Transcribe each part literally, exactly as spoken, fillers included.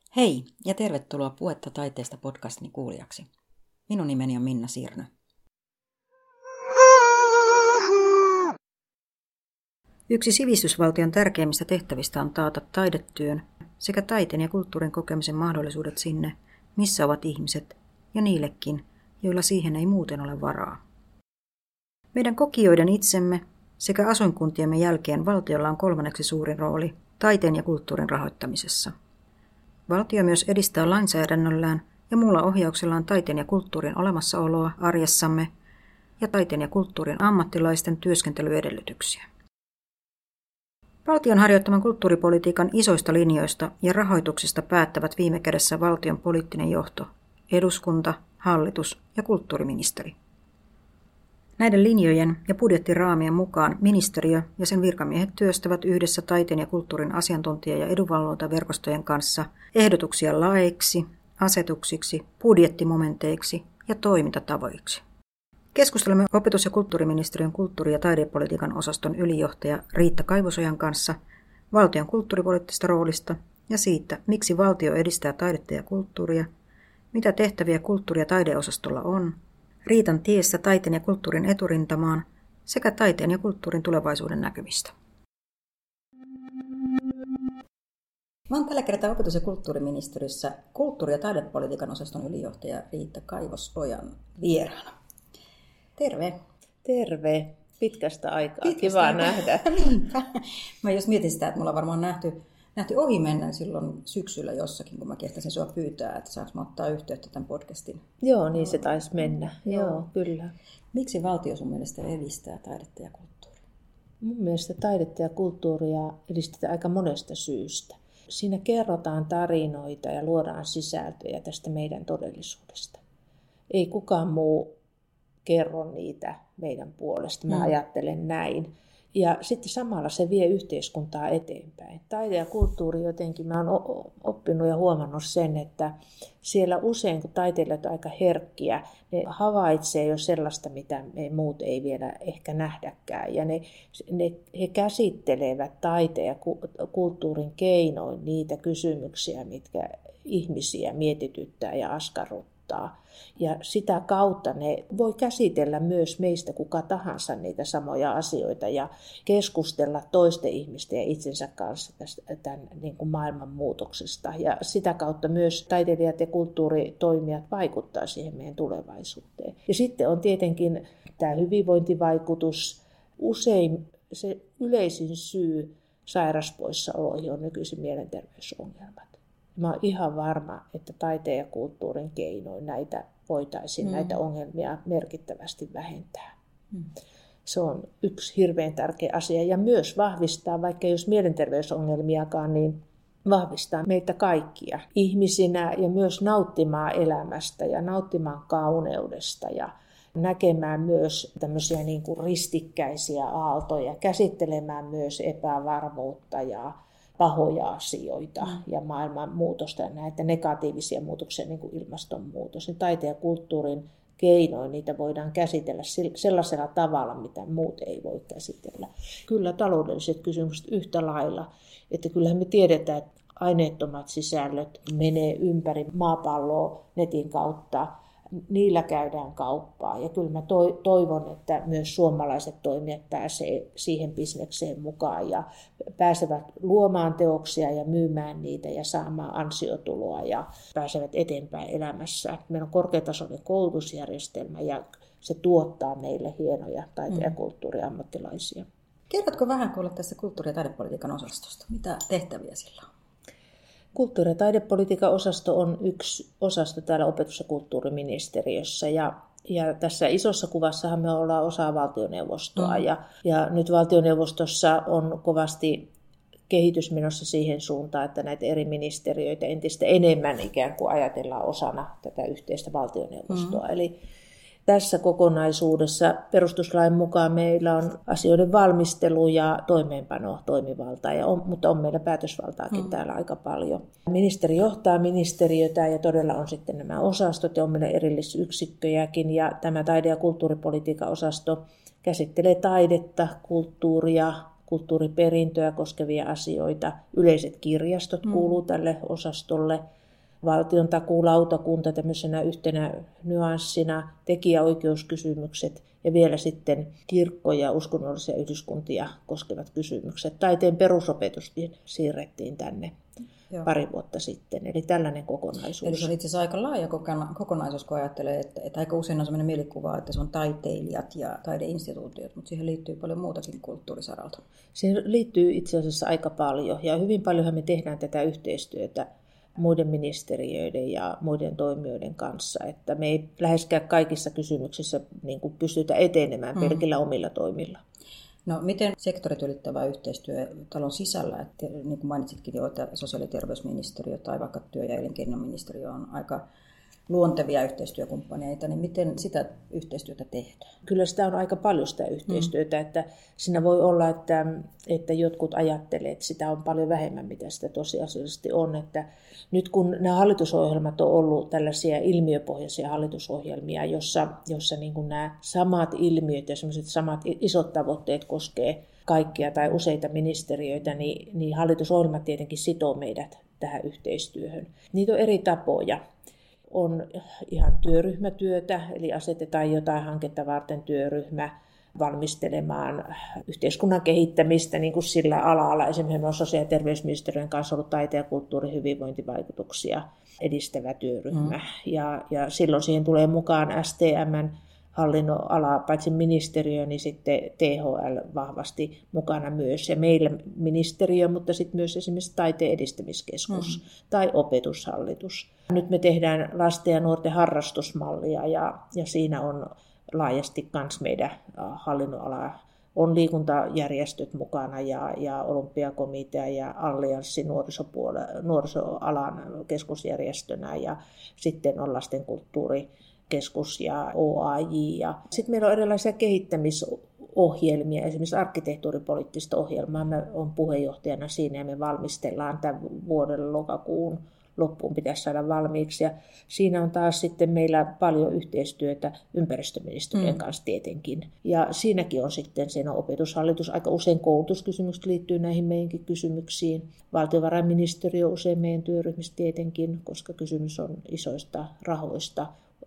Hei ja tervetuloa Puhetta taiteesta podcastini kuulijaksi. Minun nimeni on Minna Sirnö. Yksi sivistysvaltion tärkeimmistä tehtävistä on taata taidetyön sekä taiteen ja kulttuurin kokemisen mahdollisuudet sinne, missä ovat ihmiset, ja niillekin, joilla siihen ei muuten ole varaa. Meidän kokijoiden itsemme sekä asuinkuntiemme jälkeen valtiolla on kolmanneksi suurin rooli taiteen ja kulttuurin rahoittamisessa. Valtio myös edistää lainsäädännöllään ja muulla ohjauksellaan taiteen ja kulttuurin olemassaoloa arjessamme ja taiteen ja kulttuurin ammattilaisten työskentelyedellytyksiä. Valtion harjoittaman kulttuuripolitiikan isoista linjoista ja rahoituksista päättävät viime kädessä valtion poliittinen johto, eduskunta, hallitus ja kulttuuriministeri. Näiden linjojen ja budjettiraamien mukaan ministeriö ja sen virkamiehet työstävät yhdessä taiteen ja kulttuurin asiantuntija- ja edunvalvontaverkostojen kanssa ehdotuksia laeiksi, asetuksiksi, budjettimomenteiksi ja toimintatavoiksi. Keskustelemme opetus- ja kulttuuriministeriön kulttuuri- ja taidepolitiikan osaston ylijohtaja Riitta Kaivosojan kanssa valtion kulttuuripoliittisesta roolista ja siitä, miksi valtio edistää taidetta ja kulttuuria, mitä tehtäviä kulttuuri- ja taideosastolla on, Riitan tiessä taiteen ja kulttuurin eturintamaan sekä taiteen ja kulttuurin tulevaisuuden näkymistä. Mä oon tällä kertaa opetus- ja kulttuuriministeriössä kulttuuri- ja taidepolitiikan osaston ylijohtaja Riitta Kaivosojan vieraana. Terve. Terve. Pitkästä aikaa. Pitkästä Kiva aikaa. nähdä. Mä jos mietin sitä, että mulla on varmaan nähty, nähty ohi mennä silloin syksyllä jossakin, kun mä kehtäsin sua pyytää, että saanko mä ottaa yhteyttä tämän podcastin. Joo, niin se taisi mennä. Joo, Joo. kyllä. Miksi valtio sun mielestä edistää taidetta ja kulttuuria? Mun mielestä taidetta ja kulttuuria edistetään aika monesta syystä. Siinä kerrotaan tarinoita ja luodaan sisältöjä tästä meidän todellisuudesta. Ei kukaan muu kerro niitä meidän puolesta. Mä mm. ajattelen näin. Ja sitten samalla se vie yhteiskuntaa eteenpäin. Taide ja kulttuuri jotenkin, mä oon oppinut ja huomannut sen, että siellä usein, kun taiteilijat on aika herkkiä, ne havaitsee jo sellaista, mitä me muut ei vielä ehkä nähdäkään. Ja ne, ne, he käsittelevät taiteen ja kulttuurin keinoin niitä kysymyksiä, mitkä ihmisiä mietityttää ja askarruttaa. Ja sitä kautta ne voi käsitellä myös meistä kuka tahansa niitä samoja asioita ja keskustella toisten ihmisten ja itsensä kanssa tästä, tämän niin kuin maailman muutoksesta. Ja sitä kautta myös taiteilijat ja kulttuuritoimijat vaikuttaa siihen meidän tulevaisuuteen. Ja sitten on tietenkin tämä hyvinvointivaikutus. Usein se yleisin syy sairaspoissaoloihin on nykyisin mielenterveysongelmat. Mä oon ihan varma, että taiteen ja kulttuurin keinoin näitä voitaisiin mm. näitä ongelmia merkittävästi vähentää. Mm. Se on yksi hirveän tärkeä asia. Ja myös vahvistaa, vaikka jos mielenterveysongelmiakaan, niin vahvistaa meitä kaikkia ihmisinä ja myös nauttimaan elämästä ja nauttimaan kauneudesta ja näkemään myös tämmöisiä niin kuin ristikkäisiä aaltoja, käsittelemään myös epävarmuutta ja pahoja asioita mm. ja maailman muutosta ja näitä negatiivisia muutoksia, niin kuin ilmastonmuutos. Niin taiteen ja kulttuurin keinoin niitä voidaan käsitellä sellaisella tavalla, mitä muut ei voi käsitellä. Kyllä taloudelliset kysymykset yhtä lailla, että kyllähän me tiedetään, että aineettomat sisällöt menee ympäri maapalloa netin kautta. Niillä käydään kauppaa ja kyllä mä toivon, että myös suomalaiset toimijat pääsee siihen bisnekseen mukaan ja pääsevät luomaan teoksia ja myymään niitä ja saamaan ansiotuloa ja pääsevät eteenpäin elämässä. Meillä on korkeatasoinen koulutusjärjestelmä ja se tuottaa meille hienoja taiteen ja kulttuuriammattilaisia. Kerrotko vähän kuulla tästä kulttuuri- ja taidepolitiikan osastosta? Mitä tehtäviä sillä on? Kulttuuri- ja taidepolitiikan osasto on yksi osasto täällä opetus- ja kulttuuriministeriössä ja, ja tässä isossa kuvassahan me ollaan osa valtioneuvostoa mm. ja, ja nyt valtioneuvostossa on kovasti kehitys menossa siihen suuntaan, että näitä eri ministeriöitä entistä enemmän ikään kuin ajatellaan osana tätä yhteistä valtioneuvostoa. Mm. Eli tässä kokonaisuudessa perustuslain mukaan meillä on asioiden valmistelu ja toimeenpano toimivaltaa, ja on, mutta on meillä päätösvaltaakin mm. täällä aika paljon. Ministeri johtaa ministeriötä ja todella on sitten nämä osastot ja on meillä erillisyksikköjäkin. Ja tämä taide- ja kulttuuripolitiikan osasto käsittelee taidetta, kulttuuria, kulttuuriperintöä koskevia asioita. Yleiset kirjastot mm. kuuluu tälle osastolle. Valtiontakuulautakunta tämmöisenä yhtenä nyanssina, tekijäoikeuskysymykset ja vielä sitten kirkko- ja uskonnollisia yhdyskuntia koskevat kysymykset. Taiteen perusopetuskin siirrettiin tänne Joo. pari vuotta sitten, eli tällainen kokonaisuus. Eli se on itse asiassa aika laaja kokonaisuus, kun ajattelee, että, että aika usein on sellainen mielikuva, että se on taiteilijat ja taideinstituutiot, mutta siihen liittyy paljon muutakin kulttuurisaralta. Siihen liittyy itse asiassa aika paljon, ja hyvin paljonhan me tehdään tätä yhteistyötä muiden ministeriöiden ja muiden toimijoiden kanssa, että me ei läheskään kaikissa kysymyksissä niin kuin pystytä etenemään mm. pelkillä omilla toimilla. No miten sektorit ylittävä yhteistyö talon sisällä, että niin kuin mainitsitkin jo, että sosiaali- ja terveysministeriö tai vaikka työ- ja elinkeinoministeriö on aika luontevia yhteistyökumppaneita, niin miten sitä yhteistyötä tehdään? Kyllä sitä on aika paljon sitä yhteistyötä, mm. että siinä voi olla, että, että jotkut ajattelee, että sitä on paljon vähemmän, mitä sitä tosiasiallisesti on. Että nyt kun nämä hallitusohjelmat on ollut tällaisia ilmiöpohjaisia hallitusohjelmia, jossa, jossa niin kuin nämä samat ilmiöt ja sellaiset samat isot tavoitteet koskee kaikkia tai useita ministeriöitä, niin, niin hallitusohjelmat tietenkin sitoo meidät tähän yhteistyöhön. Niitä on eri tapoja. On ihan työryhmätyötä, eli asetetaan jotain hanketta varten työryhmä valmistelemaan yhteiskunnan kehittämistä niin kuin sillä alalla. Esimerkiksi on sosiaali- ja terveysministeriön kanssa ollut taiteen ja kulttuurin hyvinvointivaikutuksia edistävä työryhmä. Mm. Ja, ja silloin siihen tulee mukaan S T M:n hallinnon ala, paitsi ministeriö, niin sitten T H L vahvasti mukana myös. Ja meillä ministeriö, mutta sitten myös esimerkiksi taiteen edistämiskeskus mm. tai opetushallitus. Nyt me tehdään lasten ja nuorten harrastusmallia ja, ja siinä on laajasti myös meidän hallinnonala. On liikuntajärjestöt mukana ja, ja olympiakomitea ja allianssi nuorisoalan keskusjärjestönä ja sitten on lastenkulttuurikeskus ja O A J. Ja sitten meillä on erilaisia kehittämisohjelmia, esimerkiksi arkkitehtuuripoliittista ohjelmaa. Mä olen puheenjohtajana siinä ja me valmistellaan tämän vuoden lokakuun loppuun pitäisi saada valmiiksi. Ja siinä on taas sitten meillä paljon yhteistyötä ympäristöministeriön mm. kanssa tietenkin. Ja siinäkin on sitten siinä on opetushallitus. Aika usein koulutuskysymykset liittyy näihin meidänkin kysymyksiin. Valtiovarainministeriö usein meidän työryhmissä tietenkin, koska kysymys on isoista rahoista.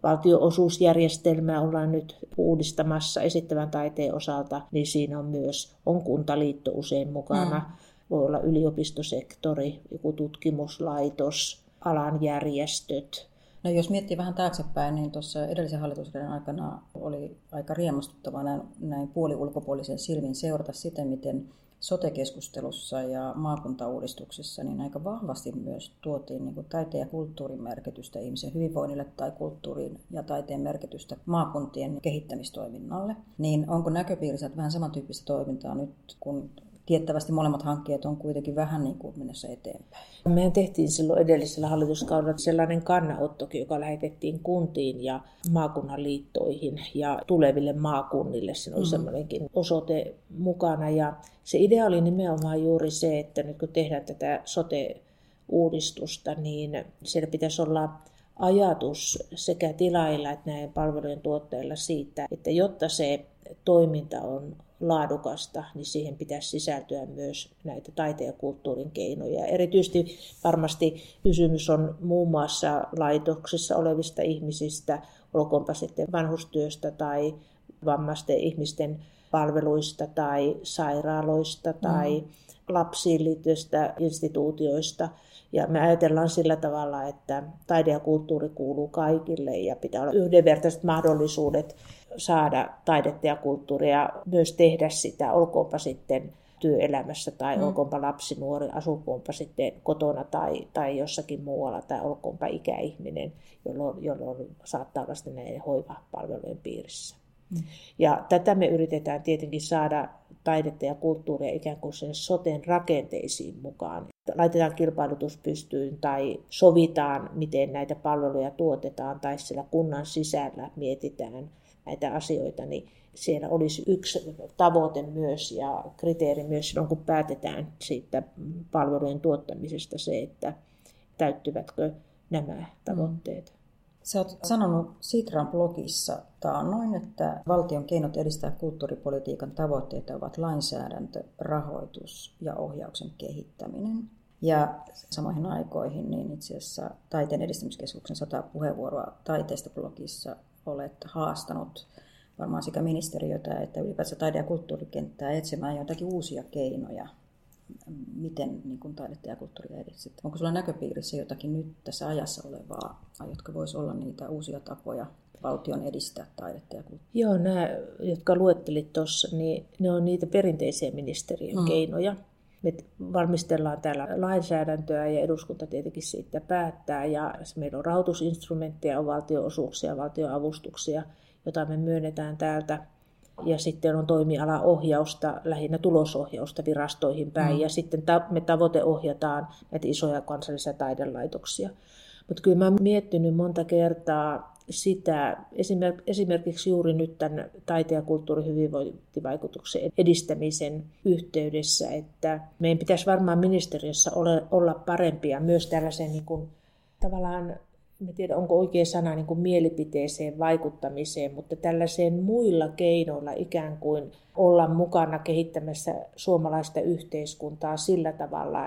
Valtionosuusjärjestelmää ollaan nyt uudistamassa esittävän taiteen osalta, niin siinä on myös on Kuntaliitto usein mukana. Mm. Voi olla yliopistosektori, joku tutkimuslaitos, alan järjestöt. No jos miettii vähän taaksepäin, niin tuossa edellisen hallituskauden aikana oli aika riemastuttavaa näin, näin puoli ulkopuolisen silmin seurata sitä, miten sote-keskustelussa ja maakuntauudistuksessa niin aika vahvasti myös tuotiin niin kuin taiteen ja kulttuurin merkitystä ihmisen hyvinvoinnille tai kulttuurin ja taiteen merkitystä maakuntien kehittämistoiminnalle. Niin onko näköpiirissä vähän samantyyppistä toimintaa nyt, kun tiettävästi molemmat hankkeet on kuitenkin vähän niin kuin menossa eteenpäin? Mehän tehtiin silloin edellisellä hallituskaudella sellainen kannanottokin, joka lähetettiin kuntiin ja maakunnan liittoihin ja tuleville maakunnille. Siinä oli mm-hmm. semmoinenkin osoite mukana. Ja se idea oli nimenomaan juuri se, että nyt kun tehdään tätä sote-uudistusta, niin siellä pitäisi olla ajatus sekä tilailla että näiden palvelujen tuottajilla siitä, että jotta se toiminta on laadukasta, niin siihen pitäisi sisältyä myös näitä taiteen ja kulttuurin keinoja. Erityisesti varmasti kysymys on muun muassa laitoksissa olevista ihmisistä, olkoonpa sitten vanhustyöstä tai vammaisten ihmisten palveluista tai sairaaloista tai mm. lapsiin liittyvistä instituutioista. Ja me ajatellaan sillä tavalla, että taide ja kulttuuri kuuluu kaikille ja pitää olla yhdenvertaiset mahdollisuudet saada taidetta ja kulttuuria, myös tehdä sitä, olkoonpa sitten työelämässä tai mm. olkoonpa lapsi, nuori, asukoonpa sitten kotona tai, tai jossakin muualla tai olkoonpa ikäihminen, jolloin, jolloin saattaa olla sitten näiden hoivapalvelujen piirissä. Mm. Ja tätä me yritetään tietenkin saada taidetta ja kulttuuria ikään kuin sen soten rakenteisiin mukaan. Laitetaan kilpailutus pystyyn tai sovitaan, miten näitä palveluja tuotetaan tai siellä kunnan sisällä mietitään näitä asioita, niin siellä olisi yksi tavoite myös ja kriteeri myös silloin, kun päätetään siitä palvelujen tuottamisesta se, että täyttyvätkö nämä tavoitteet. Sä oot sanonut Sitran blogissa taannoin, että valtion keinot edistää kulttuuripolitiikan tavoitteita ovat lainsäädäntö, rahoitus ja ohjauksen kehittäminen. Ja samoihin aikoihin niin itse asiassa Taiteen edistämiskeskuksen sata puheenvuoroa taiteesta blogissa olet haastanut varmaan sekä ministeriötä että ylipäätään taide- ja kulttuurikenttää etsimään jotakin uusia keinoja, miten niin kuin taidetta ja kulttuuria edistetään. Onko sulla näköpiirissä jotakin nyt tässä ajassa olevaa, jotka voisi olla niitä uusia tapoja valtion edistää taidetta ja kulttuuria? Joo, nämä, jotka luettelit tuossa, niin ne on niitä perinteisiä ministeriön mm. keinoja. Me valmistellaan täällä lainsäädäntöä ja eduskunta tietenkin siitä päättää. Ja meillä on rahoitusinstrumentteja, on valtionosuuksia, valtionavustuksia, jota me myönnetään täältä. Ja sitten on toimialaohjausta, lähinnä tulosohjausta virastoihin päin. Mm. Ja sitten me tavoiteohjataan näitä isoja kansallisia taidelaitoksia. Mutta kyllä mä oon miettinyt monta kertaa sitä, esimerkiksi juuri nyt tämän taiteen ja kulttuurin hyvinvointivaikutuksen edistämisen yhteydessä, että meidän pitäisi varmaan ministeriössä olla parempia myös tällaisen niin kuin, tavallaan, en tiedä onko oikea sana, niin kuin mielipiteeseen vaikuttamiseen, mutta tällaiseen muilla keinoilla ikään kuin olla mukana kehittämässä suomalaista yhteiskuntaa sillä tavalla,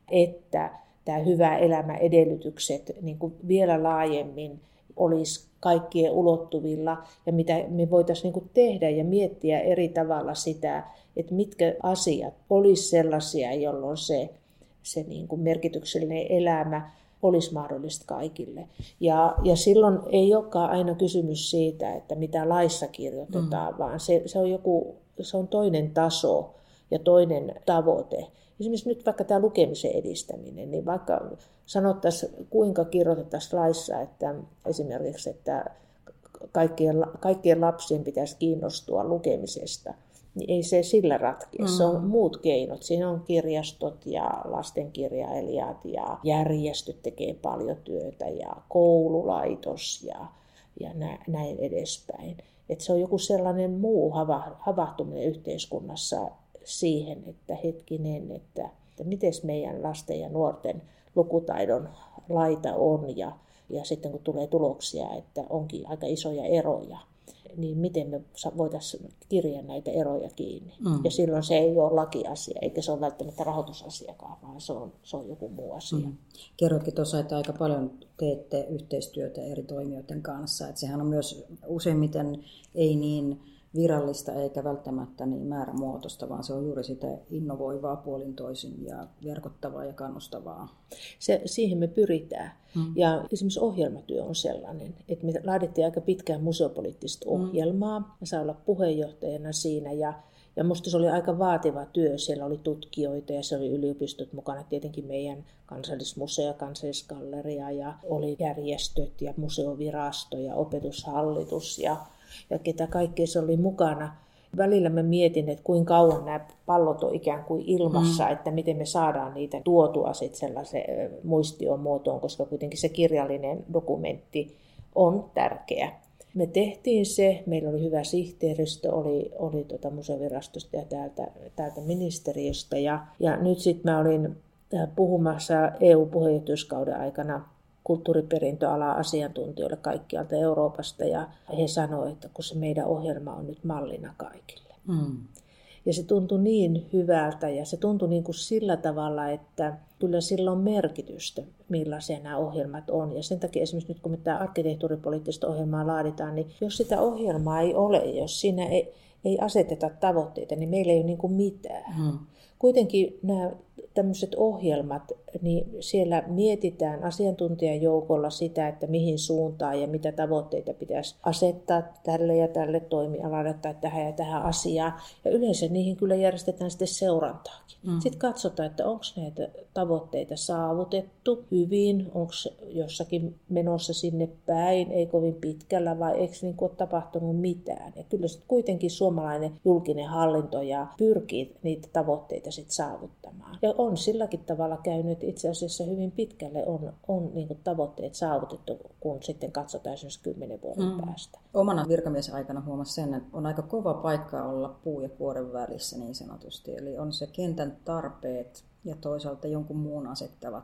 että tämä hyvä elämä edellytykset niin kuin vielä laajemmin olisi kaikkien ulottuvilla ja mitä me voitaisiin niin kuin tehdä ja miettiä eri tavalla sitä, että mitkä asiat olisi sellaisia, jolloin se, se niin kuin merkityksellinen elämä olisi mahdollista kaikille. Ja, ja silloin ei olekaan aina kysymys siitä, että mitä laissa kirjoitetaan, mm. vaan se, se, on joku, se on toinen taso ja toinen tavoite. Esimerkiksi nyt vaikka tämä lukemisen edistäminen, niin vaikka sanottaisiin kuinka kirjoitettaisiin laissa, että esimerkiksi, että kaikkien, kaikkien lapsien pitäisi kiinnostua lukemisesta, niin ei se sillä ratkea. Se on muut keinot. Siinä on kirjastot ja lastenkirjailijat ja järjestöt tekee paljon työtä ja koululaitos ja, ja näin edespäin. Että se on joku sellainen muu havahtuminen yhteiskunnassa siihen, että hetkinen, että, että miten meidän lasten ja nuorten lukutaidon laita on ja, ja sitten kun tulee tuloksia, että onkin aika isoja eroja, niin miten me voitaisiin kirjaa näitä eroja kiinni. Mm. Ja silloin se ei ole lakiasia, eikä se ole välttämättä rahoitusasiakaan, vaan se on, se on joku muu asia. Mm. Kerrotkin tuossa, että aika paljon teette yhteistyötä eri toimijoiden kanssa. Että sehän on myös useimmiten ei niin virallista eikä välttämättä niin määrämuotoista, vaan se on juuri sitä innovoivaa puolin toisin ja verkottavaa ja kannustavaa. Se, siihen me pyritään. Hmm. Ja esimerkiksi ohjelmatyö on sellainen, että me laadittiin aika pitkään museopoliittista ohjelmaa. Mä sain olla puheenjohtajana siinä ja, ja musta se oli aika vaativa työ. Siellä oli tutkijoita ja siellä oli yliopistot mukana, tietenkin meidän kansallismuseo, kansallisgalleria ja oli järjestöt ja museovirasto ja opetushallitus ja ja ketä kaikkea se oli mukana. Välillä mä mietin, että kuinka kauan nämä pallot on ikään kuin ilmassa, mm. että miten me saadaan niitä tuotua sitten sellaiseen muistion muotoon, koska kuitenkin se kirjallinen dokumentti on tärkeä. Me tehtiin se, meillä oli hyvä sihteeristö, oli, oli tuota museovirastosta ja täältä, täältä ministeriöstä. Ja, ja nyt sitten mä olin puhumassa E U-puheenjohtajuuskauden aikana kulttuuriperintöalan asiantuntijoille kaikkialta Euroopasta ja he sanoivat, että kun se meidän ohjelma on nyt mallina kaikille. Mm. Ja se tuntui niin hyvältä ja se tuntui niin kuin sillä tavalla, että kyllä sillä on merkitystä, millaisia nämä ohjelmat on. Ja sen takia esimerkiksi nyt kun me tämä arkkitehtuuripoliittista ohjelmaa laaditaan, niin jos sitä ohjelmaa ei ole, jos siinä ei, ei aseteta tavoitteita, niin meillä ei ole niin kuin mitään. Mm. Kuitenkin nämä tämmöiset ohjelmat, niin siellä mietitään asiantuntijajoukolla sitä, että mihin suuntaan ja mitä tavoitteita pitäisi asettaa tälle ja tälle toimialalle tai tähän ja tähän asiaan. Ja yleensä niihin kyllä järjestetään sitten seurantaakin. Mm. Sitten katsotaan, että onko näitä tavoitteita saavutettu hyvin, onko jossakin menossa sinne päin, ei kovin pitkällä vai eikö niin kuin ole tapahtunut mitään. Ja kyllä sitten kuitenkin suomalainen julkinen hallinto ja pyrkii niitä tavoitteita sitten saavuttamaan. Ja on silläkin tavalla käynyt itse asiassa hyvin pitkälle, on, on niin kuin tavoitteet saavutettu, kun sitten katsotaan esimerkiksi kymmenen vuoden mm. päästä. Omana virkamiesaikana huomasin sen, että on aika kova paikka olla puu ja kuoren välissä niin sanotusti. Eli on se kentän tarpeet ja toisaalta jonkun muun asettavat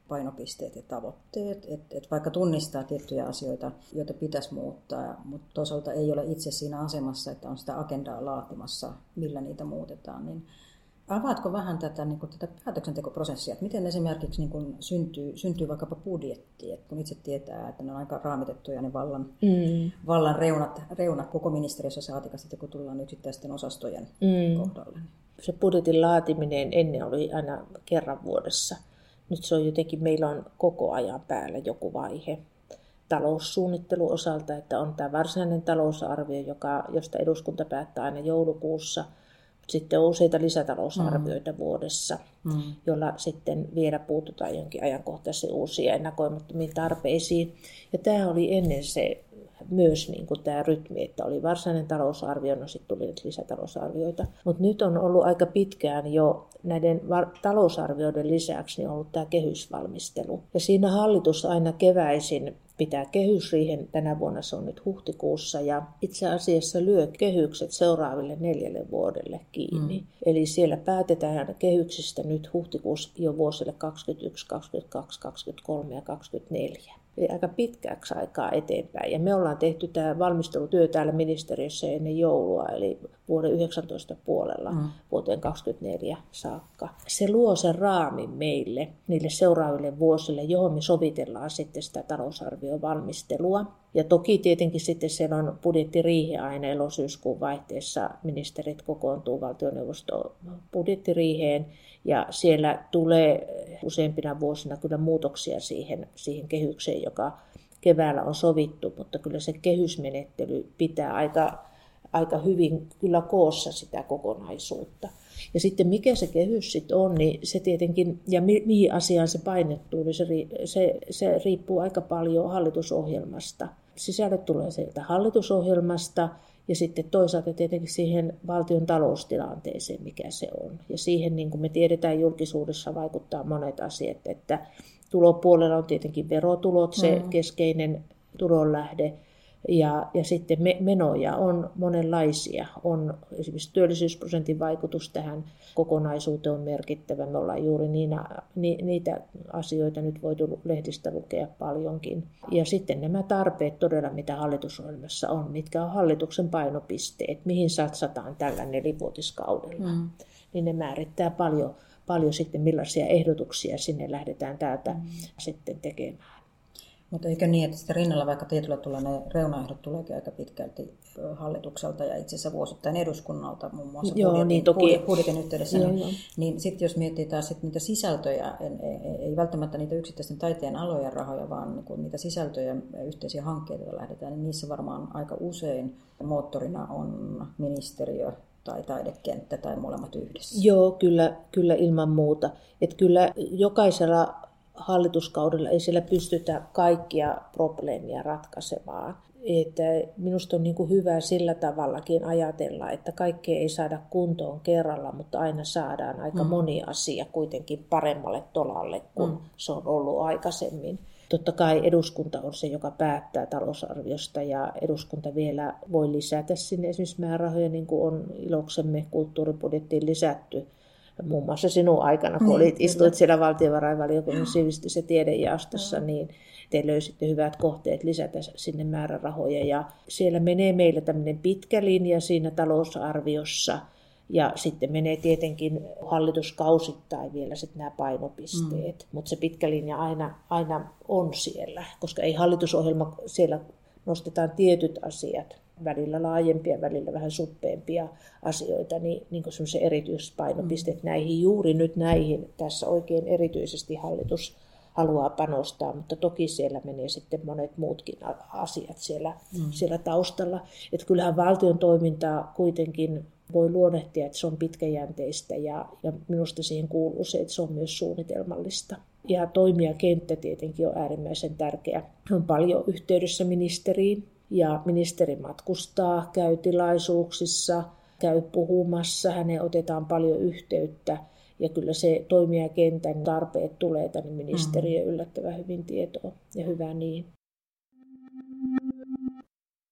painopisteet ja tavoitteet, että et vaikka tunnistaa tiettyjä asioita, joita pitäisi muuttaa, mutta toisaalta ei ole itse siinä asemassa, että on sitä agendaa laatimassa, millä niitä muutetaan, niin avaatko vähän tätä, niin kuin, tätä päätöksentekoprosessia, että miten esimerkiksi niin kuin syntyy, syntyy vaikkapa budjetti, että kun itse tietää, että ne on aika raamitettuja ne vallan, mm. vallan reunat, reunat koko ministeriössä saatika sitten, kun tullaan yksittäisten osastojen mm. kohdalle. Se budjetin laatiminen ennen oli aina kerran vuodessa. Nyt se on jotenkin, meillä on koko ajan päällä joku vaihe taloussuunnittelun osalta, että on tämä varsinainen talousarvio, joka, josta eduskunta päättää aina joulukuussa. Sitten on useita lisätalousarvioita mm. vuodessa, mm. jolla sitten vielä puututaan jonkin ajankohtaisiin uusiin ennakoimattomiin tarpeisiin. Ja tämä oli ennen se myös niin kuin tämä rytmi, että oli varsinainen talousarvio, no sitten tuli lisätalousarvioita. Mutta nyt on ollut aika pitkään jo näiden talousarvioiden lisäksi niin on ollut tämä kehysvalmistelu. Ja siinä hallitus aina keväisin pitää kehysriihen, tänä vuonna se on nyt huhtikuussa, ja itse asiassa lyö kehykset seuraaville neljälle vuodelle kiinni. Mm. Eli siellä päätetään kehyksistä nyt huhtikuussa jo vuosille kaksikymmentäyksi, kaksikymmentäkaksi, kaksikymmentäkolme ja kaksikymmentäneljä. Eli aika pitkäksi aikaa eteenpäin. Ja me ollaan tehty tämä valmistelutyö täällä ministeriössä ennen joulua, eli vuoden yhdeksäntoista puolella mm. vuoteen kaksikymmentäneljä saakka. Se luo sen raamin meille, niille seuraaville vuosille, johon me sovitellaan sitten sitä talousarviovalmistelua. Ja toki tietenkin sitten siellä on budjettiriihi aina elosyyskuun vaihteessa. Ministerit kokoontuu valtioneuvoston budjettiriiheen ja siellä tulee useimpina vuosina kyllä muutoksia siihen, siihen kehykseen, joka keväällä on sovittu, mutta kyllä se kehysmenettely pitää aika, aika hyvin kyllä koossa sitä kokonaisuutta. Ja sitten mikä se kehys sitten on, niin se tietenkin, ja mi- mihin asiaan se painettuu, niin se, se, se riippuu aika paljon hallitusohjelmasta. Sisällöt tulee sieltä hallitusohjelmasta ja sitten toisaalta tietenkin siihen valtion taloustilanteeseen, mikä se on. Ja siihen, niin kuin me tiedetään, julkisuudessa vaikuttaa monet asiat, että tulopuolella on tietenkin verotulot, se mm. keskeinen tulonlähde. Ja, ja sitten me, menoja on monenlaisia. On esimerkiksi työllisyysprosentin vaikutus tähän kokonaisuuteen on merkittävä. Me ollaan juuri niinä, ni, niitä asioita nyt voitu lehdistä lukea paljonkin. Ja sitten nämä tarpeet todella, mitä hallitusohjelmassa on, mitkä on hallituksen painopisteet, mihin satsataan tällä nelivuotiskaudella. Mm. Niin ne määrittää paljon, paljon sitten millaisia ehdotuksia sinne lähdetään täältä mm. sitten tekemään. Mutta eikö niin, että sitten rinnalla vaikka tietyllä tulee ne reunaehdot tuleekin aika pitkälti hallitukselta ja itse asiassa vuosittain eduskunnalta muun muassa Joo, budjetin, niin toki. budjetin yhteydessä, Joo, niin, jo. niin sitten jos miettii taas sit niitä sisältöjä, ei välttämättä niitä yksittäisten taiteen alojen rahoja, vaan niinku niitä sisältöjä ja yhteisiä hankkeita, joita lähdetään, niin niissä varmaan aika usein moottorina on ministeriö tai taidekenttä tai molemmat yhdessä. Joo, kyllä, kyllä ilman muuta. Että kyllä jokaisella hallituskaudella ei siellä pystytä kaikkia probleemia ratkaisemaan. Että minusta on niin kuin hyvä sillä tavallakin ajatella, että kaikkea ei saada kuntoon kerralla, mutta aina saadaan aika mm. moni asia kuitenkin paremmalle tolalle kuin mm. se on ollut aikaisemmin. Totta kai eduskunta on se, joka päättää talousarviosta ja eduskunta vielä voi lisätä sinne esimerkiksi määrärahoja, niin kuin on iloksemme kulttuuribudjettiin lisätty. Muun muassa sinun aikana, kun olit, istuit siellä valtiovarainvaliokunnan sivistys- ja tiedejaostossa, niin te löysitte hyvät kohteet lisätä sinne määrärahoja. Ja siellä menee meillä tämmöinen pitkä linja siinä talousarviossa. Ja sitten menee tietenkin hallituskausittain vielä sitten nämä painopisteet. Mm. Mutta se pitkä linja aina, aina on siellä, koska ei hallitusohjelma, siellä nostetaan tietyt asiat, välillä laajempia, välillä vähän suppeampia asioita, niin, niin kuin semmoisen erityispainopisteet näihin, juuri nyt näihin tässä oikein erityisesti hallitus haluaa panostaa, mutta toki siellä menee sitten monet muutkin asiat siellä, mm. siellä taustalla. Että kyllähän valtion toimintaa kuitenkin voi luonnehtia, että se on pitkäjänteistä ja, ja minusta siihen kuuluu se, että se on myös suunnitelmallista. Ja toimijakenttä tietenkin on äärimmäisen tärkeä. On paljon yhteydessä ministeriin. Ja ministeri matkustaa, käy tilaisuuksissa, käy puhumassa, häneen otetaan paljon yhteyttä. Ja kyllä se toimijakentän tarpeet tulee tänne ministeriöön yllättävän hyvin tietoon ja hyvä niin.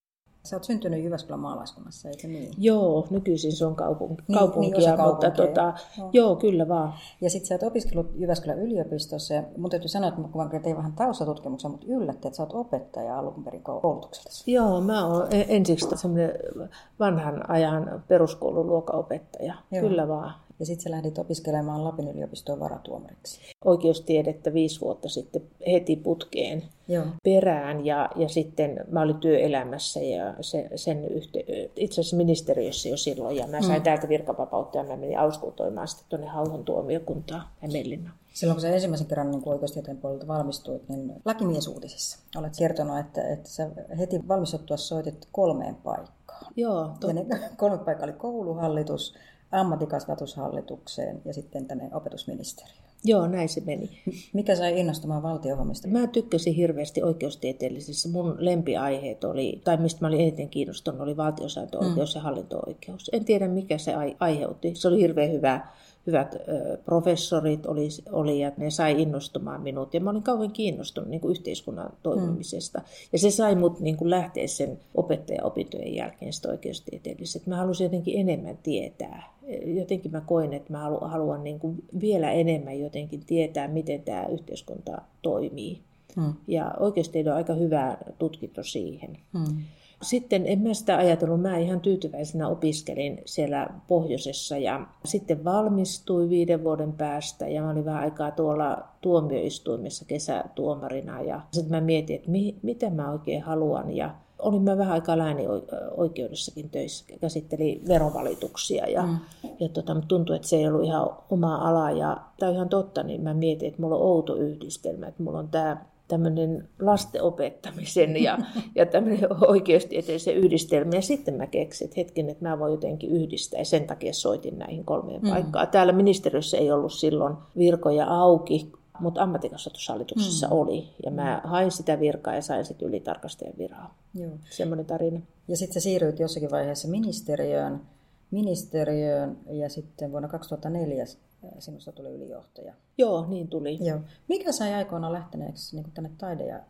Sä oot syntynyt Jyväskylän maalaiskunnassa, eikö niin? Joo, nykyisin se on kaupunki, niin, kaupunkia, niin mutta tota, joo. joo, kyllä vaan. Ja sitten sä oot opiskellut Jyväskylän yliopistossa, ja mun täytyy sanoa, että kun mä tein vähän taustatutkimuksia, mutta yllätti, että sä oot opettaja alun perin koulutukselta. Joo, mä oon ensiksi semmoinen vanhan ajan peruskoululuokanopettaja, kyllä vaan. Ja sitten sä lähdit opiskelemaan Lapin yliopistoon varatuomariksi. Oikeustiedettä viisi vuotta sitten heti putkeen Joo. perään ja, ja sitten mä olin työelämässä ja se, sen yhte- itse asiassa ministeriössä jo silloin. Ja mä sain mm. täältä virkavapautta ja mä menin auskultoimaan sitten tuonne Hauhon tuomiokuntaan Hämeenlinnaan. Silloin kun sä ensimmäisen kerran niin oikeustieteen puolelta valmistuit, niin Lakimiesuutisessa olet kertonut, että, että sä heti valmistuttua soitit kolmeen paikkaan. Joo. To- ja ne kolme paikkaa oli kouluhallitus, ammattikasvatushallitukseen ja sitten tänne opetusministeriöön. Joo, näin se meni. Mikä sai innostumaan valtiohommista? Mä tykkäsin hirveästi oikeustieteellisissä. Mun lempiaiheet oli, tai mistä mä olin eniten kiinnostunut, oli valtiosääntöoikeus mm. ja hallinto-oikeus. En tiedä, mikä se aiheutti. Se oli hirveän hyvä. Hyvät ö, professorit oli, oli ja ne sai innostumaan minut. Ja mä olin kauhean kiinnostunut niin kuin yhteiskunnan toimimisesta. Mm. Ja se sai mut niin kuin lähteä sen opettajaopintojen jälkeen sitä oikeustieteellisestä. Mä halusin jotenkin enemmän tietää. Jotenkin mä koin, että mä haluan, haluan niin kuin vielä enemmän jotenkin tietää, miten tämä yhteiskunta toimii. Mm. Ja oikeustiede on aika hyvä tutkinto siihen. Mm. Sitten en mä sitä ajatellut, mä ihan tyytyväisenä opiskelin siellä pohjoisessa ja sitten valmistuin viiden vuoden päästä ja mä olin vähän aikaa tuolla tuomioistuimessa kesätuomarina ja sitten mä mietin, että mi- mitä mä oikein haluan ja olin mä vähän aikaa läänioikeudessakin töissä, käsittelin verovalituksia ja, mm. ja tota, tuntui, että se ei ollut ihan oma ala ja tämä on ihan totta, niin mä mietin, että mulla on outo yhdistelmä, että mulla on tämä tämmöinen lasten opettamisen ja, ja tämmöinen oikeustieteellisen yhdistelmä. Ja sitten mä keksin, että hetken, että mä voin jotenkin yhdistää ja sen takia soitin näihin kolmeen mm. paikkaan. Täällä ministeriössä ei ollut silloin virkoja auki, mutta ammattikasvatushallituksessa mm. oli. Ja mä hain sitä virkaa ja sain sitten ylitarkastajan viraa. Joo. Semmoinen tarina. Ja sitten sä siirryit jossakin vaiheessa ministeriöön, ministeriöön ja sitten vuonna kaksituhattaneljä sinusta tuli ylijohtaja. Joo, niin tuli. Joo. Mikä sai aikoinaan lähteneeksi niin tänne taide- ja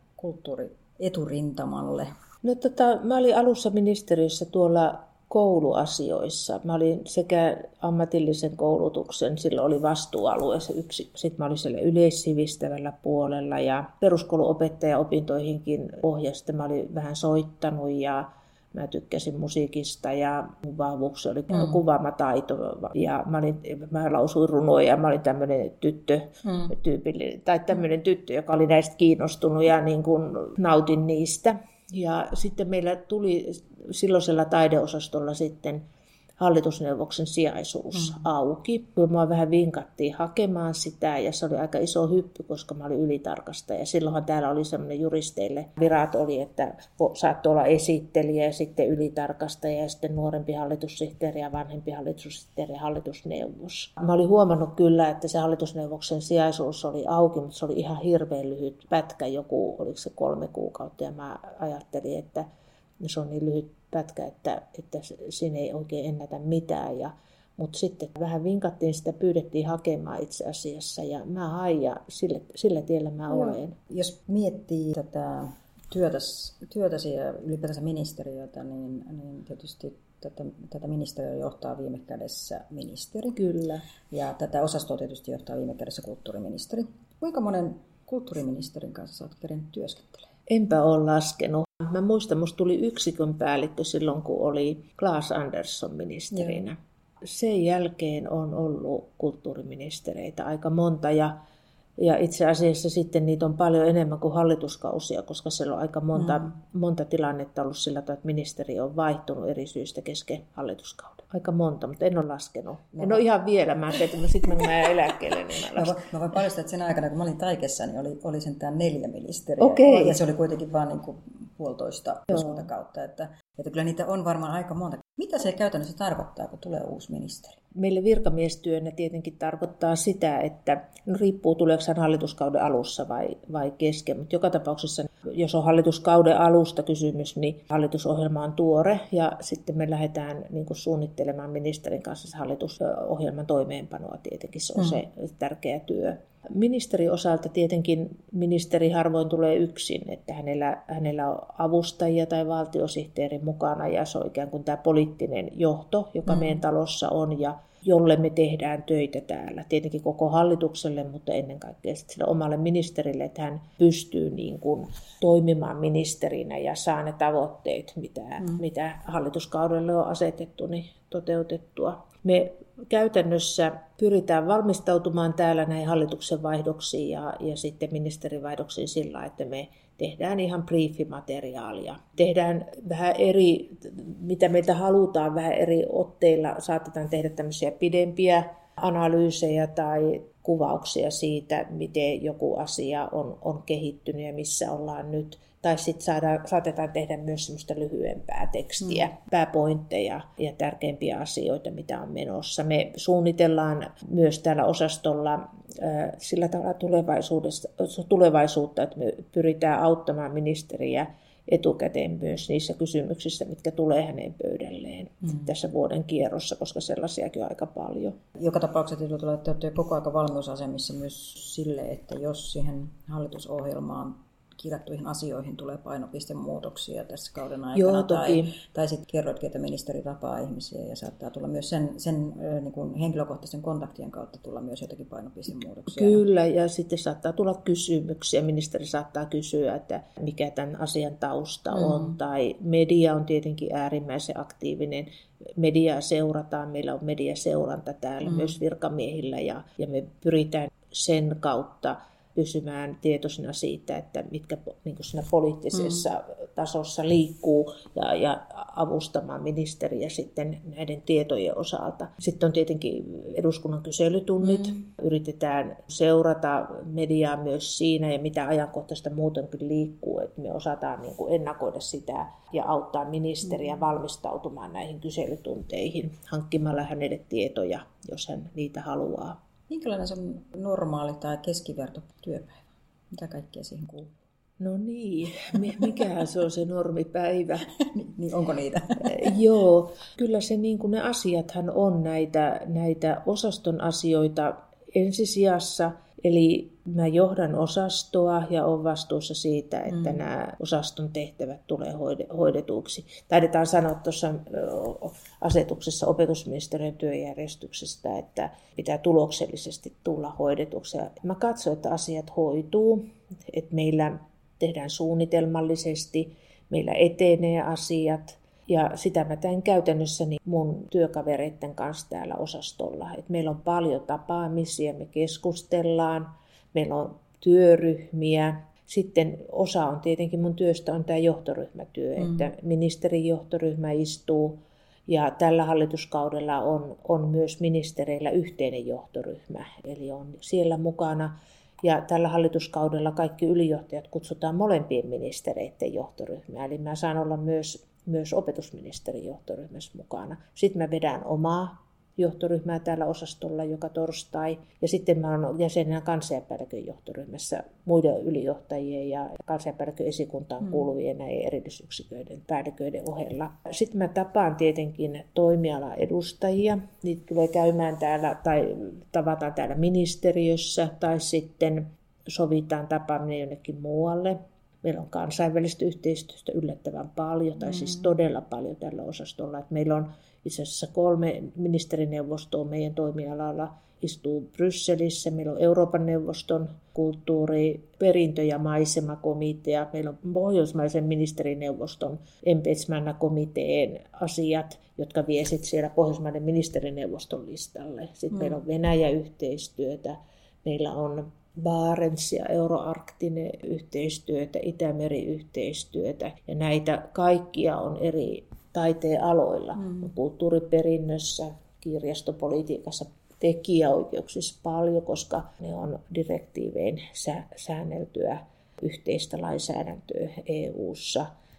kulttuurieturintamalle? No tota, mä olin alussa ministeriössä tuolla kouluasioissa. Mä olin sekä ammatillisen koulutuksen, silloin oli vastuualue se yksi. Sitten mä olin siellä yleissivistävällä puolella ja peruskouluopettajaopintoihinkin pohjasta mä olin vähän soittanut ja mä tykkäsin musiikista ja mun vahvuuksia oli mm. kuvaamataito ja mä, olin, mä lausuin runoja ja mä olin tämmöinen tyttö, mm. tyypillinen, tai tämmöinen tyttö, joka oli näistä kiinnostunut ja niin kuin nautin niistä. Ja sitten meillä tuli silloisella taideosastolla sitten hallitusneuvoksen sijaisuus mm. auki. Mua vähän vinkattiin hakemaan sitä ja se oli aika iso hyppy, koska mä olin ylitarkastaja. Silloinhan täällä oli semmoinen juristeille virat oli, että saattoi olla esittelijä ja sitten ylitarkastaja ja sitten nuorempi hallitussihteeri ja vanhempi hallitussihteeri ja hallitusneuvos. Mä olin huomannut kyllä, että se hallitusneuvoksen sijaisuus oli auki, mutta se oli ihan hirveän lyhyt pätkä, joku oliko se kolme kuukautta ja mä ajattelin, että se on niin lyhyt pätkä, että, että siinä ei oikein ennätä mitään. Ja, mutta sitten vähän vinkattiin sitä, pyydettiin hakemaan itse asiassa ja mä hain ja sillä, sillä tiellä mä olen. Jos miettii tätä työtäsi, työtäsi ja ylipäätänsä ministeriötä, niin, niin tietysti tätä, tätä ministeriöä johtaa viime kädessä ministeri. Kyllä. Ja tätä osastoa tietysti johtaa viime kädessä kulttuuriministeri. Kuinka monen kulttuuriministerin kanssa olet kerinyt työskentelemään? Enpä ole laskenut. Mä muistan, musta tuli yksikön päällikkö silloin, kun oli Claes Andersson ministerinä. Joo. Sen jälkeen on ollut kulttuuriministereitä aika monta ja, ja itse asiassa sitten niitä on paljon enemmän kuin hallituskausia, koska siellä on aika monta, mm. monta tilannetta ollut sillä tavalla, että ministeri on vaihtunut eri syistä kesken hallituskauden. Aika monta, mutta en ole laskenut. No, en ole ihan vielä. Mä ajattelin, että sitten kun mä jään eläkkeelle, niin mä lasken. Mä voin paljastaa, että sen aikana, kun mä olin Taikessa, niin oli, oli sentään neljä ministeriä. Okay. Ja se oli kuitenkin vain niin kuin puolitoista kautta. Että, että kyllä niitä on varmaan aika monta. Mitä se käytännössä tarkoittaa, kun tulee uusi ministeri? Meille virkamiestyönä tietenkin tarkoittaa sitä, että no riippuu tuleeko hän hallituskauden alussa vai, vai kesken, mutta joka tapauksessa, jos on hallituskauden alusta kysymys, niin hallitusohjelma on tuore ja sitten me lähdetään niin kuin suunnittelemaan ministerin kanssa hallitusohjelman toimeenpanoa tietenkin, se on mm. se tärkeä työ. Ministerin osalta tietenkin ministeri harvoin tulee yksin, että hänellä, hänellä on avustajia tai valtiosihteeri mukana ja se on ikään kuin tämä poliittinen johto, joka mm. meidän talossa on ja jolle me tehdään töitä täällä. Tietenkin koko hallitukselle, mutta ennen kaikkea sille omalle ministerille, että hän pystyy niin kuin toimimaan ministerinä ja saa ne tavoitteet, mitä, mm. mitä hallituskaudelle on asetettu, niin toteutettua. Me käytännössä pyritään valmistautumaan täällä näihin hallituksen vaihdoksiin ja, ja sitten ministerivaihdoksiin sillä, että me tehdään ihan briefimateriaalia. Tehdään vähän eri, mitä meiltä halutaan, vähän eri otteilla. Saatetaan tehdä tämmöisiä pidempiä analyysejä tai kuvauksia siitä, miten joku asia on, on kehittynyt ja missä ollaan nyt. Tai sitten saatetaan tehdä myös semmoista lyhyempää tekstiä, mm. pääpointteja ja tärkeimpiä asioita, mitä on menossa. Me suunnitellaan myös täällä osastolla äh, sillä tavalla tulevaisuutta, että me pyritään auttamaan ministeriä etukäteen myös niissä kysymyksissä, mitkä tulee hänen pöydälleen mm. tässä vuoden kierrossa, koska sellaisiakin on aika paljon. Joka tapauksessa tulee, että olette koko ajan valmiusasemissa myös sille, että jos siihen hallitusohjelmaan kirjattuihin asioihin tulee painopistemuutoksia tässä kauden aikana. Joo, tai, tai sitten kerroitkin, että ministeri tapaa ihmisiä ja saattaa tulla myös sen, sen niin kuin henkilökohtaisen kontaktien kautta tulla myös jotakin painopistemuutoksia. Kyllä, ja sitten saattaa tulla kysymyksiä. Ministeri saattaa kysyä, että mikä tämän asian tausta on. Mm. Tai media on tietenkin äärimmäisen aktiivinen. Mediaa seurataan, meillä on mediaseuranta täällä mm. myös virkamiehillä ja, ja me pyritään sen kautta pysymään tietoisena siitä, että mitkä niin kuin siinä poliittisessa mm. tasossa liikkuu ja, ja avustamaan ministeriä sitten näiden tietojen osalta. Sitten on tietenkin eduskunnan kyselytunnit. Mm. Yritetään seurata mediaa myös siinä ja mitä ajankohtaista muutenkin liikkuu, että me osataan niin kuin ennakoida sitä ja auttaa ministeriä mm. valmistautumaan näihin kyselytunteihin hankkimalla hänelle tietoja, jos hän niitä haluaa. Minkälainen se on normaali tai keskiverto työpäivä? Mitä kaikkea siihen kuuluu? No niin, mikähän se on se normipäivä? Niin onko niitä? Joo, kyllä se niin kuin ne asiathan on näitä, näitä osaston asioita ensisijassa. Eli mä johdan osastoa ja olen vastuussa siitä, että mm. nämä osaston tehtävät tulee hoidetuiksi. Taidetaan sanoa tuossa asetuksessa opetusministeriön työjärjestyksestä, että pitää tuloksellisesti tulla hoidetuksi. Mä katson, että asiat hoituu, että meillä tehdään suunnitelmallisesti, meillä etenee asiat. Ja sitä mä teen käytännössä niin mun työkavereiden kanssa täällä osastolla. Et meillä on paljon tapaamisia, me keskustellaan, meillä on työryhmiä. Sitten osa on tietenkin mun työstä on tämä johtoryhmätyö, mm. että ministerin johtoryhmä istuu. Ja tällä hallituskaudella on, on myös ministereillä yhteinen johtoryhmä, eli on siellä mukana. Ja tällä hallituskaudella kaikki ylijohtajat kutsutaan molempien ministereiden johtoryhmään. Eli mä saan olla myös myös opetusministerin johtoryhmässä mukana. Sitten mä vedän omaa johtoryhmää täällä osastolla joka torstai. Ja sitten mä oon jäsenenä kansliapäällikön johtoryhmässä muiden ylijohtajien ja kansliapäällikön esikuntaan mm. kuuluvien näiden erityisyksiköiden päälliköiden ohella. Sitten mä tapaan tietenkin toimialan edustajia. Niitä tulee käymään täällä tai tavataan täällä ministeriössä tai sitten sovitaan tapaaminen jonnekin muualle. Meillä on kansainvälistä yhteistyötä yllättävän paljon, tai mm. siis todella paljon tällä osastolla. Että meillä on itse asiassa kolme ministerineuvostoa meidän toimialalla istuu Brysselissä. Meillä on Euroopan neuvoston kulttuuri-, perintö- ja maisemakomitea. Meillä on Pohjoismaisen ministerineuvoston Embetsmannakomiteen asiat, jotka vie sitten siellä Pohjoismaiden ministerineuvoston listalle. Sitten mm. meillä on Venäjä-yhteistyötä. Meillä on Barents- ja euroarktinen yhteistyötä, Itämeri-yhteistyötä ja näitä kaikkia on eri taiteen aloilla. Mm. Kulttuuriperinnössä, kirjastopolitiikassa, tekijäoikeuksissa paljon, koska ne on direktiivein säänneltyä yhteistä lainsäädäntöä E U:ssa.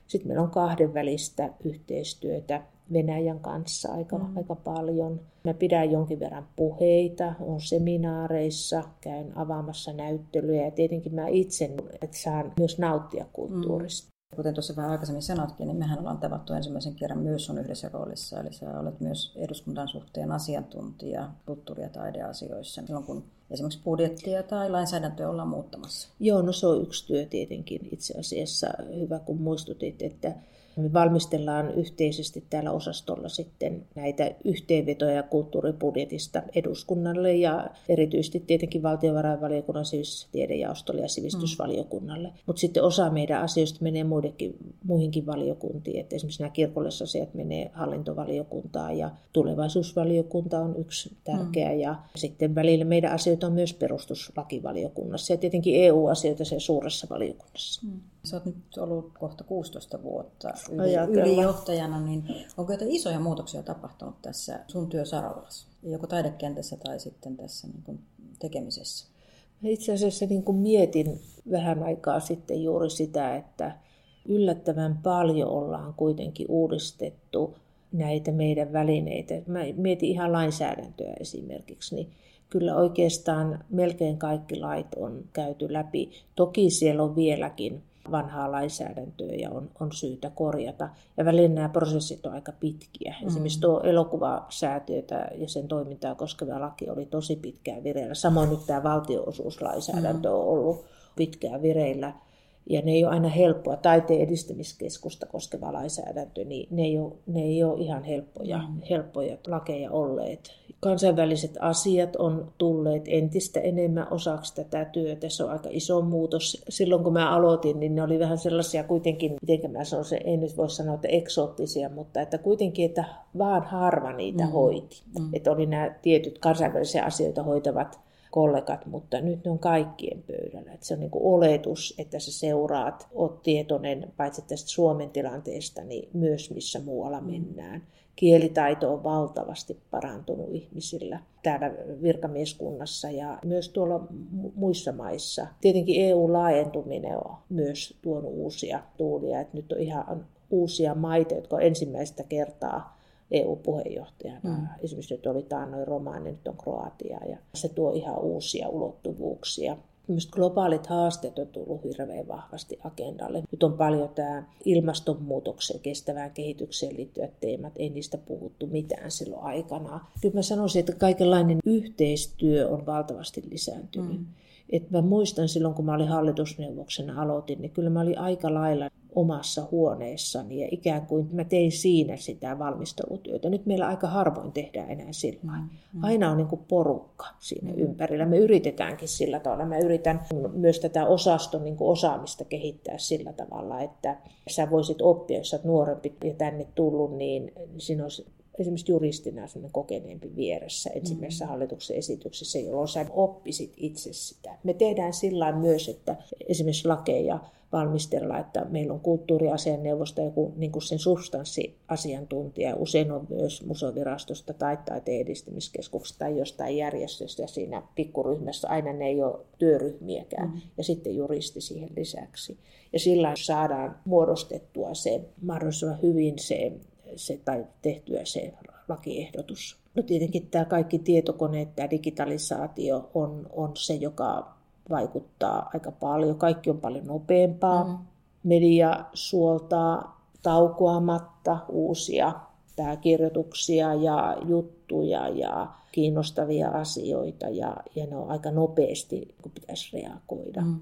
Sitten meillä on kahdenvälistä yhteistyötä Venäjän kanssa aika, mm. aika paljon. Mä pidän jonkin verran puheita, olen seminaareissa, käyn avaamassa näyttelyjä ja tietenkin mä itse että saan myös nauttia kulttuurista. Mm. Kuten tuossa vähän aikaisemmin sanotkin, niin mehän ollaan tavattu ensimmäisen kerran myös sun yhdessä roolissa. Eli sä olet myös eduskunnan suhteen asiantuntija kulttuuri- ja taideasioissa, silloin kun esimerkiksi budjettia tai lainsäädäntöä ollaan muuttamassa. Joo, no se on yksi työ tietenkin itse asiassa. Hyvä kun muistutit, että me valmistellaan yhteisesti täällä osastolla sitten näitä yhteenvetoja kulttuuribudjetista eduskunnalle ja erityisesti tietenkin valtiovarainvaliokunnan sivistys- ja tiedejaostolle ja sivistysvaliokunnalle. Mm. Mutta sitten osa meidän asioista menee muidenkin, muihinkin valiokuntiin. Et esimerkiksi nämä kirkollisasiat menee hallintovaliokuntaan ja tulevaisuusvaliokunta on yksi tärkeä. Mm. Ja sitten välillä meidän asioita on myös perustuslakivaliokunnassa ja tietenkin E U-asioita sen suuressa valiokunnassa. Mm. Sä oot nyt ollut kohta kuusitoista vuotta yli, ylijohtajana, niin onko jotain isoja muutoksia tapahtunut tässä sun työsarallasi, joko taidekentässä tai sitten tässä niin kuin tekemisessä? Itse asiassa niin kuin mietin vähän aikaa sitten juuri sitä, että yllättävän paljon ollaan kuitenkin uudistettu näitä meidän välineitä. Mä mietin ihan lainsäädäntöä esimerkiksi, niin kyllä oikeastaan melkein kaikki lait on käyty läpi. Toki siellä on vieläkin vanhaa lainsäädäntöä ja on, on syytä korjata. Ja välillä nämä prosessit on aika pitkiä. Mm. Esimerkiksi tuo elokuvasäätiötä ja sen toimintaa koskeva laki oli tosi pitkään vireillä. Samoin nyt tämä valtionosuuslainsäädäntö mm. on ollut pitkään vireillä. Ja ne ei ole aina helppoa. Taiteen edistämiskeskusta koskeva lainsäädäntö, niin ne ei ole, ne ei ole ihan helppoja, mm. helppoja lakeja olleet. Kansainväliset asiat on tulleet entistä enemmän osaksi tätä työtä. Se on aika iso muutos. Silloin kun mä aloitin, niin ne oli vähän sellaisia kuitenkin, miten mä sanon, se ei nyt voi sanoa, että eksoottisia, mutta että kuitenkin, että vaan harva niitä mm. hoiti. Mm. Että oli nämä tietyt kansainvälisiä asioita hoitavat kollegat, mutta nyt ne on kaikkien pöydällä. Että se on niin kuin oletus, että sä seuraat, oot tietoinen paitsi tästä Suomen tilanteesta, niin myös missä muualla mennään. Kielitaito on valtavasti parantunut ihmisillä täällä virkamieskunnassa ja myös tuolla muissa maissa. Tietenkin E U-laajentuminen on myös tuonut uusia tuulia. Että nyt on ihan uusia maita, jotka on ensimmäistä kertaa E U-puheenjohtajana. Mm. Esimerkiksi nyt oli taannoin Romania, nyt on Kroatia ja se tuo ihan uusia ulottuvuuksia. Myös globaalit haasteet on tullut hirveän vahvasti agendalle. Nyt on paljon tämä ilmastonmuutokseen, kestävään kehitykseen liittyvät teemat. Ei niistä puhuttu mitään silloin aikana. Kyllä mä sanoisin, että kaikenlainen yhteistyö on valtavasti lisääntynyt. Mm. Et mä muistan silloin, kun mä olin hallitusneuvoksena aloitin, niin kyllä mä olin aika lailla omassa huoneessani ja ikään kuin mä tein siinä sitä valmistelutyötä. Nyt meillä aika harvoin tehdään enää sillä mm, mm. Aina on niin kuin porukka siinä mm. ympärillä. Me yritetäänkin sillä tavalla. Mä yritän myös tätä osaston niin kuin osaamista kehittää sillä tavalla, että sä voisit oppia, jos sä oot nuorempi ja tänne tullut, niin siinä olisi esimerkiksi juristina sellainen kokeneempi vieressä ensimmäisessä mm. hallituksen esityksessä, jolloin sä oppisit itse sitä. Me tehdään sillä myös, että esimerkiksi lakeja valmistellaan, että meillä on kulttuuriasianneuvosto joku niin kuin sen substanssiasiantuntija. Usein on myös museovirastosta tai taiteen edistämiskeskuksesta tai jostain järjestöstä ja siinä pikkuryhmässä aina ne ei ole työryhmiäkään mm. ja sitten juristi siihen lisäksi. Ja sillä saadaan muodostettua se mahdollisimman hyvin se Se, tai tehtyä se lakiehdotus. No tietenkin tämä kaikki tietokoneet, tämä digitalisaatio on, on se, joka vaikuttaa aika paljon. Kaikki on paljon nopeampaa. Mm. Media suoltaa taukoamatta uusia pääkirjoituksia ja juttuja ja kiinnostavia asioita ja, ja ne on aika nopeasti, kun pitäisi reagoida. Mm.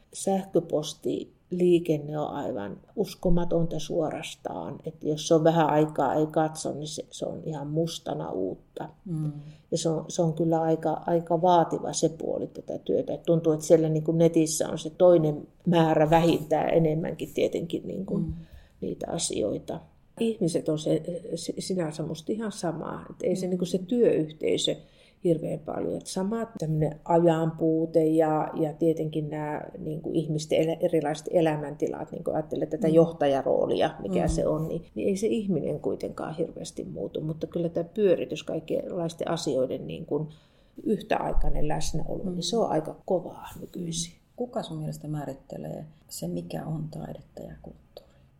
Sähköposti liikenne on aivan uskomatonta suorastaan, että jos se on vähän aikaa ei katso, niin se, se on ihan mustana uutta. Mm. Ja se on, se on kyllä aika, aika vaativa se puoli tätä työtä. Et tuntuu, että siellä niin kuin netissä on se toinen määrä vähintään enemmänkin tietenkin niin kuin mm. niitä asioita. Ihmiset on se, se sinänsä musta ihan sama, että ei se, niin kuin se työyhteisö hirveän paljon. Että sama tämmöinen ajanpuute ja, ja tietenkin nämä niin kuin ihmisten el, erilaiset elämäntilat, niin kuin ajattelee tätä mm. johtajaroolia, mikä mm. se on, niin, niin ei se ihminen kuitenkaan hirveästi muutu. Mutta kyllä tämä pyöritys kaikenlaisten asioiden niin kuin yhtäaikainen läsnäolo, mm. niin se on aika kovaa nykyisin. Kuka sun mielestä määrittelee se, mikä on taidetta ja kulttuuri?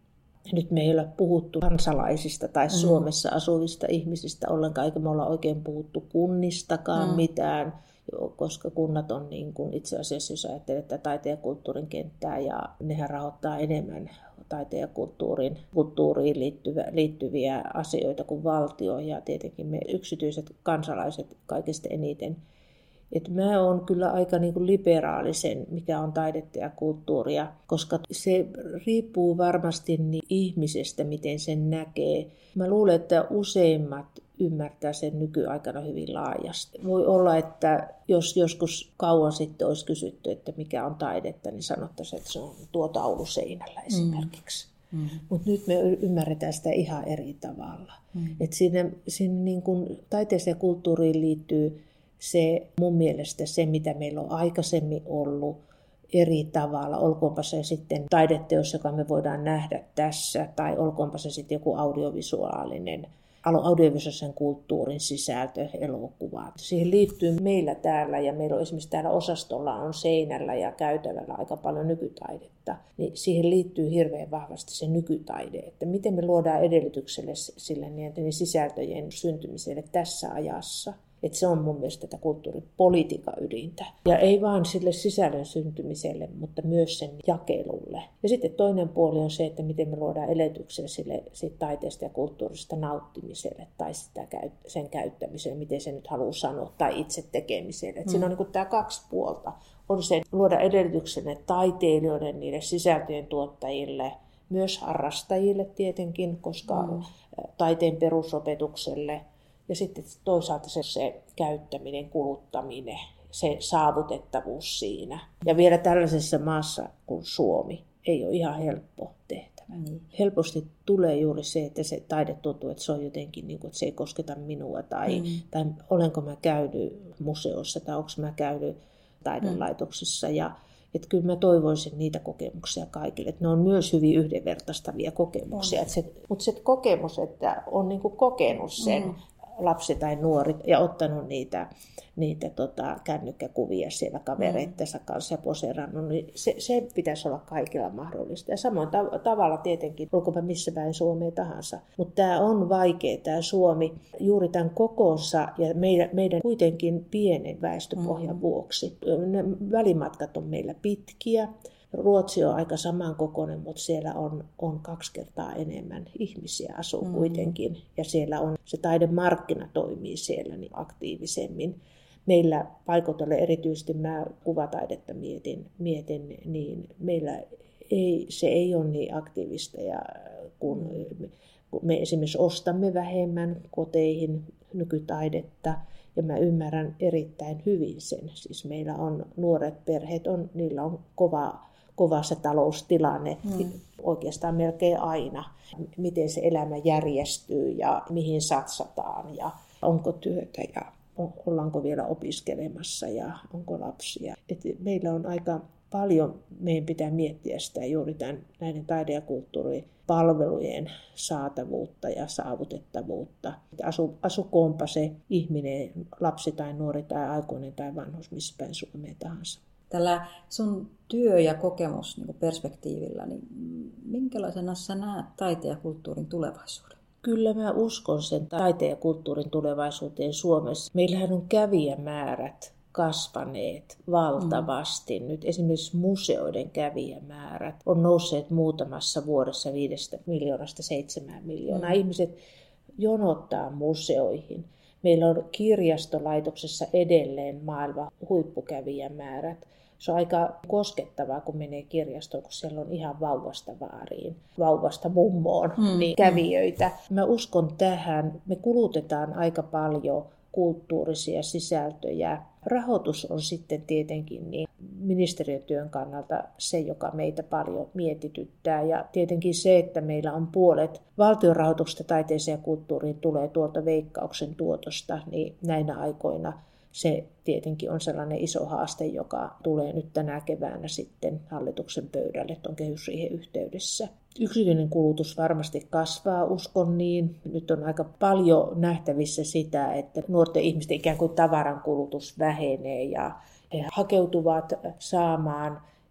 Nyt me ei ole puhuttu kansalaisista tai mm. Suomessa asuvista ihmisistä ollenkaan, eikä me olla oikein puhuttu kunnistakaan mm. mitään, koska kunnat on niin kuin itse asiassa, jos ajattelee että taiteen ja kulttuurin kenttää, ja nehän rahoittaa enemmän taiteen ja kulttuurin, kulttuuriin liittyviä, liittyviä asioita kuin valtio, ja tietenkin me yksityiset kansalaiset kaikista eniten. Et mä oon kyllä aika niin kuin liberaalisen, mikä on taidetta ja kulttuuria, koska se riippuu varmasti niin ihmisestä, miten sen näkee. Mä luulen, että useimmat ymmärtää sen nykyaikana hyvin laajasti. Voi olla, että jos joskus kauan sitten olisi kysytty, että mikä on taidetta, niin sanottaisiin, että se on tuo taulu seinällä esimerkiksi. Mm. Mm. Mutta nyt me ymmärretään sitä ihan eri tavalla. Mm. Et siinä siinä niin kuin taiteeseen ja kulttuuriin liittyy se mun mielestä se, mitä meillä on aikaisemmin ollut eri tavalla. Olkoonpa se sitten taideteos, joka me voidaan nähdä tässä, tai olkoonpa se sitten joku audiovisuaalinen, audiovisuaalisen kulttuurin sisältö, elokuva. Siihen liittyy meillä täällä, ja meillä on esimerkiksi täällä osastolla on seinällä ja käytävällä aika paljon nykytaidetta, niin siihen liittyy hirveän vahvasti se nykytaide, että miten me luodaan edellytykselle sille niin sisältöjen syntymiselle tässä ajassa. Että se on mun mielestä tätä kulttuuripolitiikan ydintä. Ja ei vaan sille sisällön syntymiselle, mutta myös sen jakelulle. Ja sitten toinen puoli on se, että miten me luodaan edellytyksiä sille siitä taiteesta ja kulttuurista nauttimiselle tai sitä, sen käyttämiselle, miten se nyt haluaa sanoa, tai itse tekemiselle. Mm. Siinä on niin kuin tämä kaksi puolta. On se luoda edellytyksenne taiteilijoiden, niille sisältöjen tuottajille, myös harrastajille tietenkin, koska mm. taiteen perusopetukselle. Ja sitten toisaalta se, se käyttäminen, kuluttaminen, se saavutettavuus siinä. Ja vielä tällaisessa maassa kuin Suomi ei ole ihan helppo tehtävä. Mm. Helposti tulee juuri se, että se taide tuntuu, että se on jotenkin, niin kuin, että se ei kosketa minua. Tai, mm. tai olenko mä käynyt museossa tai onko mä käynyt taidelaitoksissa. Mm. Ja että kyllä mä toivoisin niitä kokemuksia kaikille. Että ne on myös hyvin yhdenvertaistavia kokemuksia. Mm. Se, mutta se kokemus, että on niin kuin kokenut sen, mm. lapsi tai nuori ja ottanut niitä, niitä tota, kännykkäkuvia siellä kavereittensa kanssa ja poseerannut, niin se, se pitäisi olla kaikilla mahdollista. Ja samoin tav- tavalla tietenkin, olkoonpa missä päin Suomea tahansa. Mutta tämä on vaikea, tämä Suomi, juuri tämän kokonsa ja meidän, meidän kuitenkin pienen väestöpohjan mm-hmm. vuoksi. Ne välimatkat on meillä pitkiä. Ruotsi on aika samankokoinen, mutta siellä on, on kaksi kertaa enemmän ihmisiä asuu mm. kuitenkin. Ja siellä on, se taidemarkkina toimii siellä niin aktiivisemmin. Meillä paikoitellen erityisesti mä kuvataidetta mietin, mietin niin meillä ei, se ei ole niin aktiivista. Ja kun, kun me esimerkiksi ostamme vähemmän koteihin nykytaidetta, ja mä ymmärrän erittäin hyvin sen. Siis meillä on nuoret perheet, on, niillä on kova... kova se taloustilanne mm. oikeastaan melkein aina. Miten se elämä järjestyy ja mihin satsataan ja onko työtä ja ollaanko vielä opiskelemassa ja onko lapsia. Et meillä on aika paljon, meidän pitää miettiä sitä juuri tämän, näiden taide- ja kulttuuripalvelujen saatavuutta ja saavutettavuutta. Asu, asukoonpa se ihminen, lapsi tai nuori tai aikuinen tai vanhus, missä päin Suomea tahansa. Tällä sun työ- ja kokemus niin perspektiivillä, niin minkälaisena sä näet taiteen ja kulttuurin tulevaisuuden? Kyllä mä uskon sen taiteen ja kulttuurin tulevaisuuteen Suomessa. Meillähän on kävijämäärät kasvaneet valtavasti. Mm. Nyt esimerkiksi museoiden kävijämäärät on nousseet muutamassa vuodessa viidestä miljoonasta seitsemään miljoonaa. Mm. Ihmiset jonottaa museoihin. Meillä on kirjastolaitoksessa edelleen maailman huippukävijämäärät. Se on aika koskettavaa, kun menee kirjastoon, kun siellä on ihan vauvasta vaariin, vauvasta mummoon mm. niin kävijöitä. Mä uskon tähän. Me kulutetaan aika paljon kulttuurisia sisältöjä. Rahoitus on sitten tietenkin niin ministeriötyön kannalta se, joka meitä paljon mietityttää. Ja tietenkin se, että meillä on puolet valtion rahoituksesta taiteeseen ja kulttuuriin tulee tuolta Veikkauksen tuotosta, niin näinä aikoina se tietenkin on sellainen iso haaste, joka tulee nyt tänä keväänä sitten hallituksen pöydälle tuon kehysriihen yhteydessä. Yksityinen kulutus varmasti kasvaa, uskon niin. Nyt on aika paljon nähtävissä sitä, että nuorten ihmisten ikään kuin tavaran kulutus vähenee ja he hakeutuvat saamaan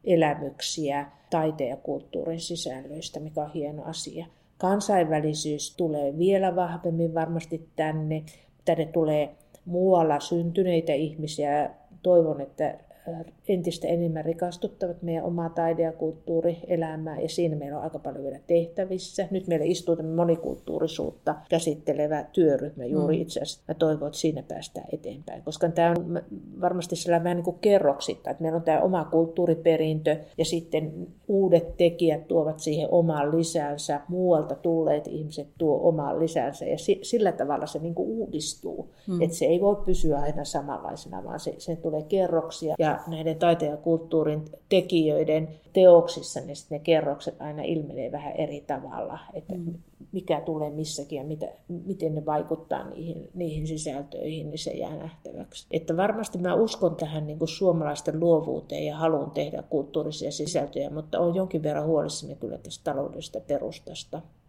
elämyksiä taiteen ja kulttuurin sisällöistä, mikä on hieno asia. Kansainvälisyys tulee vielä vahvemmin varmasti tänne. Tänne tulee muualla syntyneitä ihmisiä. Toivon, että entistä enemmän rikastuttavat meidän omaa taide- ja kulttuurielämää, ja siinä meillä on aika paljon vielä tehtävissä. Nyt meillä istuu monikulttuurisuutta käsittelevä työryhmä juuri itse asiassa. Mä toivon, että siinä päästään eteenpäin, koska tämä on varmasti sellainen vähän niin kuin kerroksittain, että meillä on tämä oma kulttuuriperintö, ja sitten uudet tekijät tuovat siihen oman lisänsä, muualta tulleet ihmiset tuo oman lisänsä, ja sillä tavalla se niin kuin uudistuu, hmm. että se ei voi pysyä aina samanlaisena, vaan se, se tulee kerroksia, ja näiden taiteen ja kulttuurin tekijöiden teoksissa niin ne kerrokset aina ilmenee vähän eri tavalla, että mm. mikä tulee missäkin ja mitä, miten ne vaikuttaa niihin, niihin sisältöihin, niin se jää nähtäväksi. Että varmasti mä uskon tähän niin kuin suomalaisten luovuuteen ja haluun tehdä kulttuurisia sisältöjä, mutta olen jonkin verran huolissani kyllä tästä taloudellisesta perustasta.